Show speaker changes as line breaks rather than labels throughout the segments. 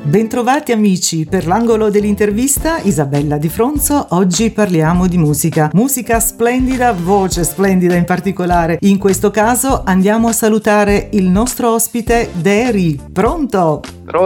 Bentrovati amici, per l'angolo dell'intervista Isabella Di Fronzo. Oggi parliamo di musica splendida, voce splendida in particolare. In questo caso andiamo a salutare il nostro ospite Deri. Pronto?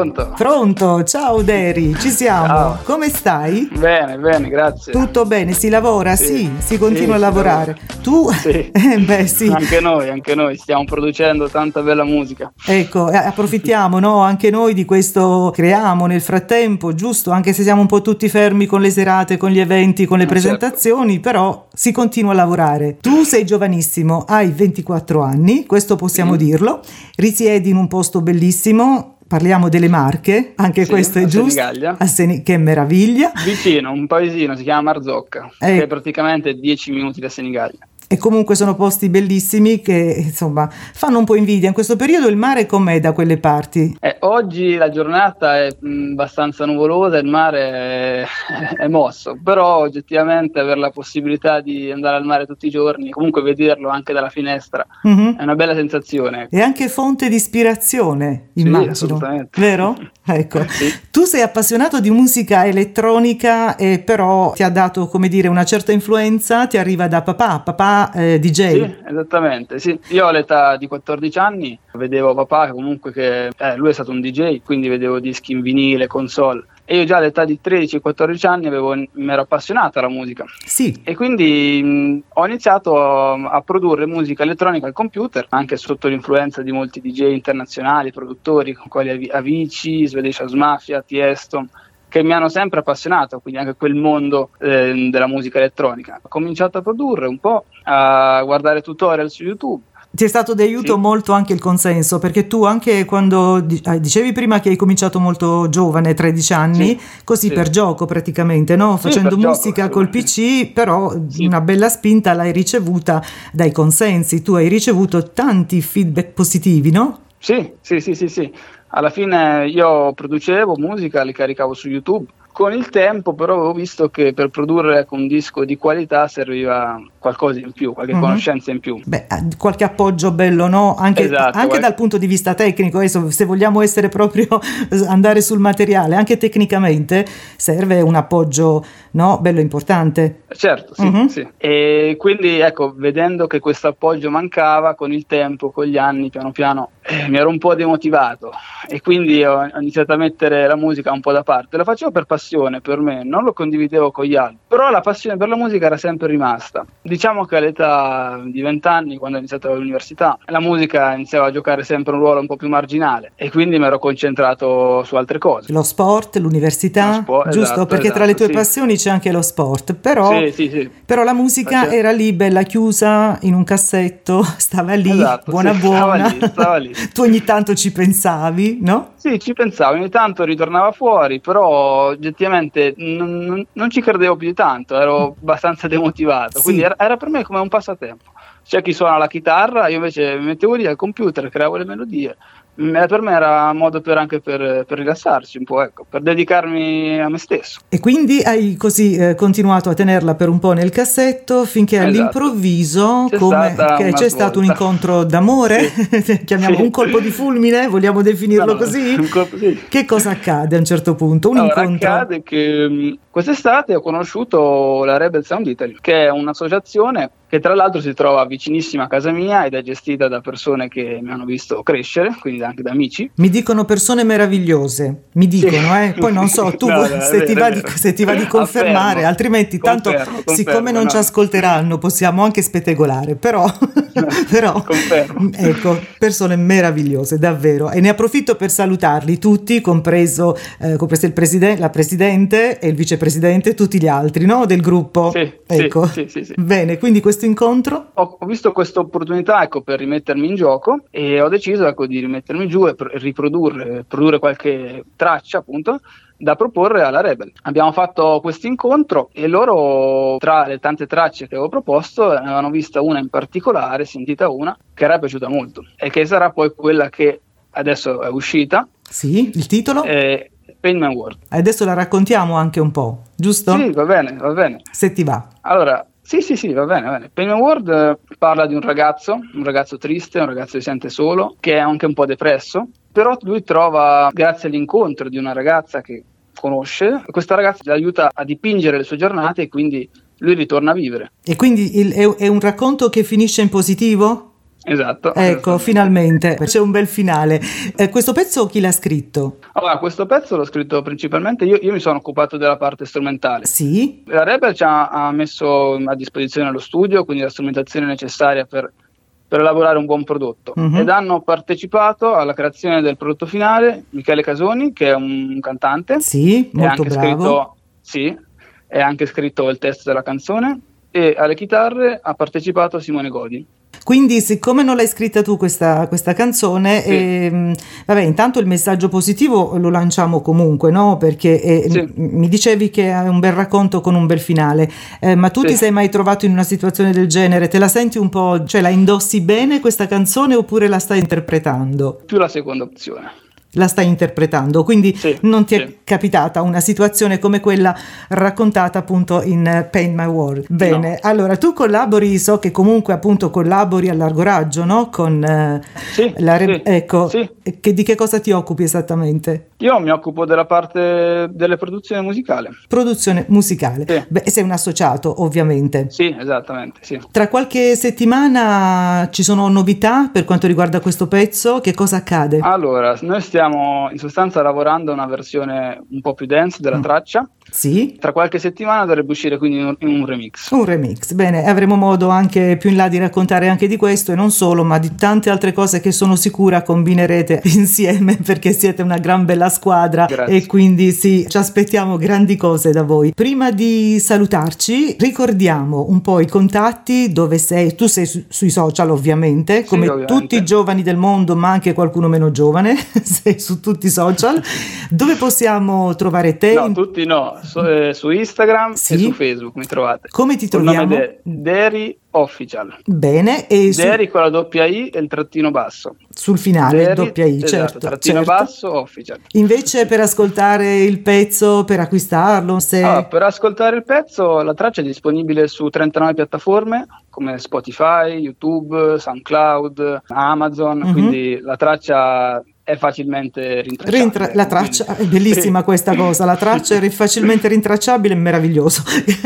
Pronto, ciao Deri, ci siamo.
Ciao.
Come stai?
Bene, grazie.
Tutto bene, si lavora? Sì, si continua a lavorare. Tu?
Sì.
Sì.
Anche noi stiamo producendo tanta bella musica.
Ecco, approfittiamo, no? Anche noi di questo creiamo nel frattempo, giusto? Anche se siamo un po' tutti fermi con le serate, con gli eventi, con le presentazioni, certo. Però si continua a lavorare. Tu sei giovanissimo, hai 24 anni, questo possiamo dirlo, risiedi in un posto bellissimo. Parliamo delle Marche, anche questo è giusto. Che meraviglia.
Vicino, un paesino, si chiama Marzocca, che è praticamente 10 minuti da Senigallia.
E comunque sono posti bellissimi che insomma fanno un po' invidia. In questo periodo il mare com'è da quelle parti?
Oggi la giornata è abbastanza nuvolosa, il mare è mosso, però oggettivamente avere la possibilità di andare al mare tutti i giorni, comunque vederlo anche dalla finestra, è una bella sensazione.
E anche fonte di ispirazione, immagino,
assolutamente.
Vero? Ecco,
sì.
Tu sei appassionato di musica elettronica e però ti ha dato, come dire, una certa influenza, ti arriva da papà DJ.
Sì, esattamente, sì. Io all'età di 14 anni vedevo papà comunque che lui è stato un DJ, quindi vedevo dischi in vinile, console. E io già all'età di 13-14 anni mi ero appassionato alla musica.
Sì.
E quindi ho iniziato a produrre musica elettronica al computer, anche sotto l'influenza di molti DJ internazionali, produttori, quali Avicii, Swedish House Mafia, Tiesto, che mi hanno sempre appassionato, quindi anche quel mondo della musica elettronica. Ho cominciato a produrre un po', a guardare tutorial su YouTube.
Ti è stato di aiuto molto anche il consenso, perché tu anche quando dicevi prima che hai cominciato molto giovane, 13 anni, per gioco praticamente, no? Facendo musica col PC, però una bella spinta l'hai ricevuta dai consensi, tu hai ricevuto tanti feedback positivi, no?
Sì. Alla fine io producevo musica, li caricavo su YouTube. Con il tempo però avevo visto che per produrre un disco di qualità serviva qualcosa in più, qualche conoscenza in più.
Beh, qualche appoggio bello, no? Anche dal punto di vista tecnico, adesso, se vogliamo essere proprio andare sul materiale, anche tecnicamente serve un appoggio, no? Bello importante.
Certo, sì. E quindi ecco, vedendo che questo appoggio mancava, con il tempo, con gli anni, piano piano mi ero un po' demotivato e quindi ho iniziato a mettere la musica un po' da parte. Lo facevo per passione, per me, non lo condividevo con gli altri, però la passione per la musica era sempre rimasta. Diciamo che all'età di 20 anni, quando ho iniziato l'università, la musica iniziava a giocare sempre un ruolo un po' più marginale e quindi mi ero concentrato su altre cose.
Lo sport, l'università, giusto? Perché tra le tue passioni c'è anche lo sport, però, però la musica era lì, bella chiusa in un cassetto, stava lì, buona.
Stava lì.
Tu ogni tanto ci pensavi, no?
Sì, ci pensavo, ogni tanto ritornava fuori, però oggettivamente non ci credevo più di tanto, ero abbastanza demotivato, quindi era per me come un passatempo. C'è chi suona la chitarra, io invece mi mettevo lì al computer, creavo le melodie. Per me era un modo anche per rilassarsi un po', ecco, per dedicarmi a me stesso.
E quindi hai così continuato a tenerla per un po' nel cassetto finché all'improvviso c'è stato un incontro d'amore, chiamiamo un colpo di fulmine, vogliamo definirlo così? Che cosa accade a un certo punto?
Accade che quest'estate ho conosciuto la Rebel Sound Italy, che è un'associazione che tra l'altro si trova vicinissima a casa mia ed è gestita da persone che mi hanno visto crescere, quindi anche da amici.
Mi dicono persone meravigliose, mi dicono, poi non so, tu se ti va di confermare, altrimenti tanto siccome non ci ascolteranno possiamo anche spetegolare, però ecco, persone meravigliose, davvero, e ne approfitto per salutarli tutti, compreso il presidente, la presidente e il vicepresidente, tutti gli altri, no, del gruppo.
Sì.
Bene, quindi questo incontro?
Ho visto questa opportunità per rimettermi in gioco e ho deciso di rimettermi giù e produrre qualche traccia appunto da proporre alla Rebel. Abbiamo fatto questo incontro e loro, tra le tante tracce che avevo proposto, ne avevano vista una in particolare, sentita una, che era piaciuta molto e che sarà poi quella che adesso è uscita.
Sì, il titolo?
Pain Man World.
Adesso la raccontiamo anche un po', giusto?
Sì, va bene.
Se ti va.
Allora, sì, va bene. Pain Man World parla di un ragazzo triste, un ragazzo che si sente solo, che è anche un po' depresso però lui trova, grazie all'incontro di una ragazza che conosce, questa ragazza gli aiuta a dipingere le sue giornate e quindi lui ritorna a vivere.
E quindi è un racconto che finisce in positivo?
Esatto.
Ecco, finalmente c'è un bel finale. Questo pezzo chi l'ha scritto?
Allora, questo pezzo l'ho scritto principalmente io mi sono occupato della parte strumentale.
Sì.
La Rebel ci ha messo a disposizione lo studio, quindi la strumentazione necessaria per elaborare un buon prodotto, ed hanno partecipato alla creazione del prodotto finale Michele Casoni, che è un cantante.
Sì, molto bravo.
È anche scritto il testo della canzone, e alle chitarre ha partecipato Simone Godi.
Quindi, siccome non l'hai scritta tu questa canzone,
sì.
Vabbè, intanto il messaggio positivo lo lanciamo comunque, no? Perché
sì.
Mi dicevi che è un bel racconto con un bel finale, ma tu ti sei mai trovato in una situazione del genere? Te la senti un po', cioè la indossi bene questa canzone oppure la stai interpretando?
Più la seconda opzione.
La stai interpretando, quindi non ti è capitata una situazione come quella raccontata appunto in Paint My World. Bene, no. Allora tu collabori, so che comunque appunto collabori a largo raggio, no? Con ecco, di che cosa ti occupi esattamente?
Io mi occupo della parte delle produzioni musicali.
Produzione musicale.
Sì.
Beh, sei un associato, ovviamente.
Sì, esattamente, sì.
Tra qualche settimana ci sono novità per quanto riguarda questo pezzo? Che cosa accade?
Allora, noi stiamo in sostanza lavorando a una versione un po' più densa della traccia.
Sì.
Tra qualche settimana dovrebbe uscire quindi un remix.
Un remix, bene, avremo modo anche più in là di raccontare anche di questo e non solo, ma di tante altre cose che sono sicura combinerete insieme, perché siete una gran bella squadra.
Grazie.
E quindi sì, ci aspettiamo grandi cose da voi. Prima di salutarci ricordiamo un po' i contatti, dove sei, tu sei sui social ovviamente, come
ovviamente.
Tutti i giovani del mondo, ma anche qualcuno meno giovane, sei su tutti i social. Dove possiamo trovare te?
No, tutti no. Su Instagram e su Facebook mi trovate.
Come ti troviamo?
Il nome Deri Official.
Bene. E
Deri con la doppia I e il trattino basso.
Sul finale,
Deri,
doppia I,
esatto,
certo.
Trattino basso Official.
Invece per ascoltare il pezzo, per acquistarlo,
per ascoltare il pezzo, la traccia è disponibile su 39 piattaforme come Spotify, YouTube, SoundCloud, Amazon, quindi la traccia è facilmente rintracciabile.
La traccia è bellissima questa cosa, la traccia è facilmente rintracciabile, è meraviglioso.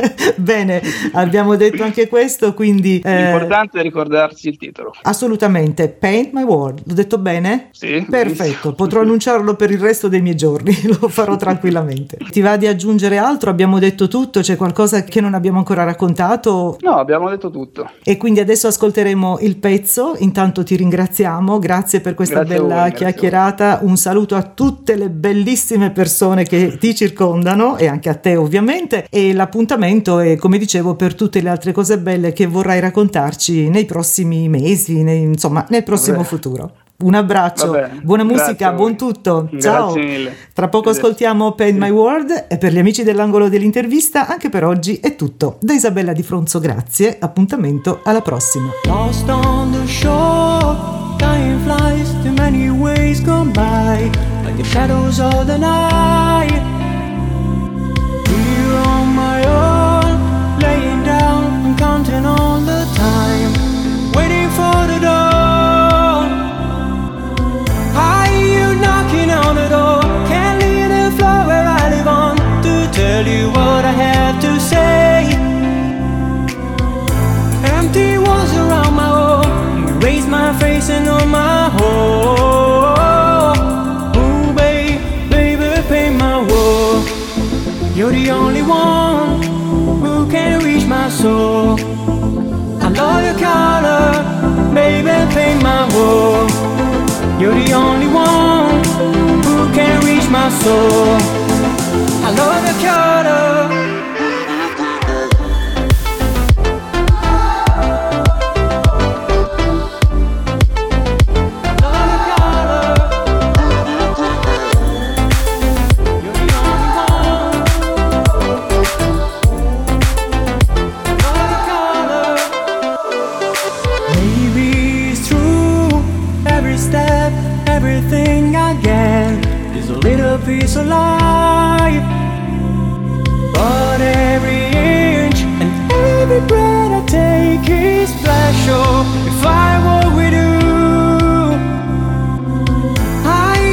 Bene, abbiamo detto anche questo, quindi
l'importante è ricordarsi il titolo.
Assolutamente, Paint My World, l'ho detto bene?
Sì.
Perfetto,
benissimo.
Potrò annunciarlo per il resto dei miei giorni, lo farò tranquillamente. Ti va di aggiungere altro? Abbiamo detto tutto? C'è qualcosa che non abbiamo ancora raccontato?
No, abbiamo detto tutto.
E quindi adesso ascolteremo il pezzo, intanto ti ringraziamo, grazie per questa bella chiacchierata, un saluto a tutte le bellissime persone che ti circondano e anche a te ovviamente, e l'appuntamento è, come dicevo, per tutte le altre cose belle che vorrai raccontarci nei prossimi mesi, nel prossimo futuro. Un abbraccio, buona musica, buon tutto, ciao.
Grazie mille.
Tra poco ascoltiamo Paint My World e per gli amici dell'angolo dell'intervista anche per oggi è tutto. Da Isabella Di Fronzo, grazie, appuntamento alla prossima.
Lost on the shore, time flies, too many ways gone by, like the shadows of the night. Here on my own, laying down and counting on the time, waiting for the dawn. Knocking on the door, can't leave the floor where I live on to tell you what I have to say. Empty walls around my home, raise my face and on my home. Oh baby, paint my wall. You're the only one who can reach my soul. I love your color, baby, paint my wall. You're the only one who can reach my soul. I love the color. Everything I get is a little piece of life, but every inch and every breath I take is special. If I what we do, I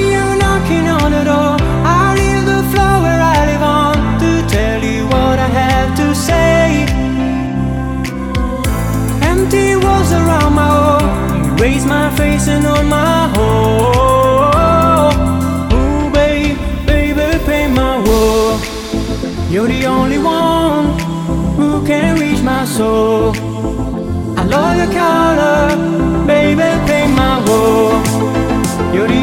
raise my face and on my home. Ooh, baby, paint my wall. You're the only one who can reach my soul. I love your color, baby, paint my wall. You're the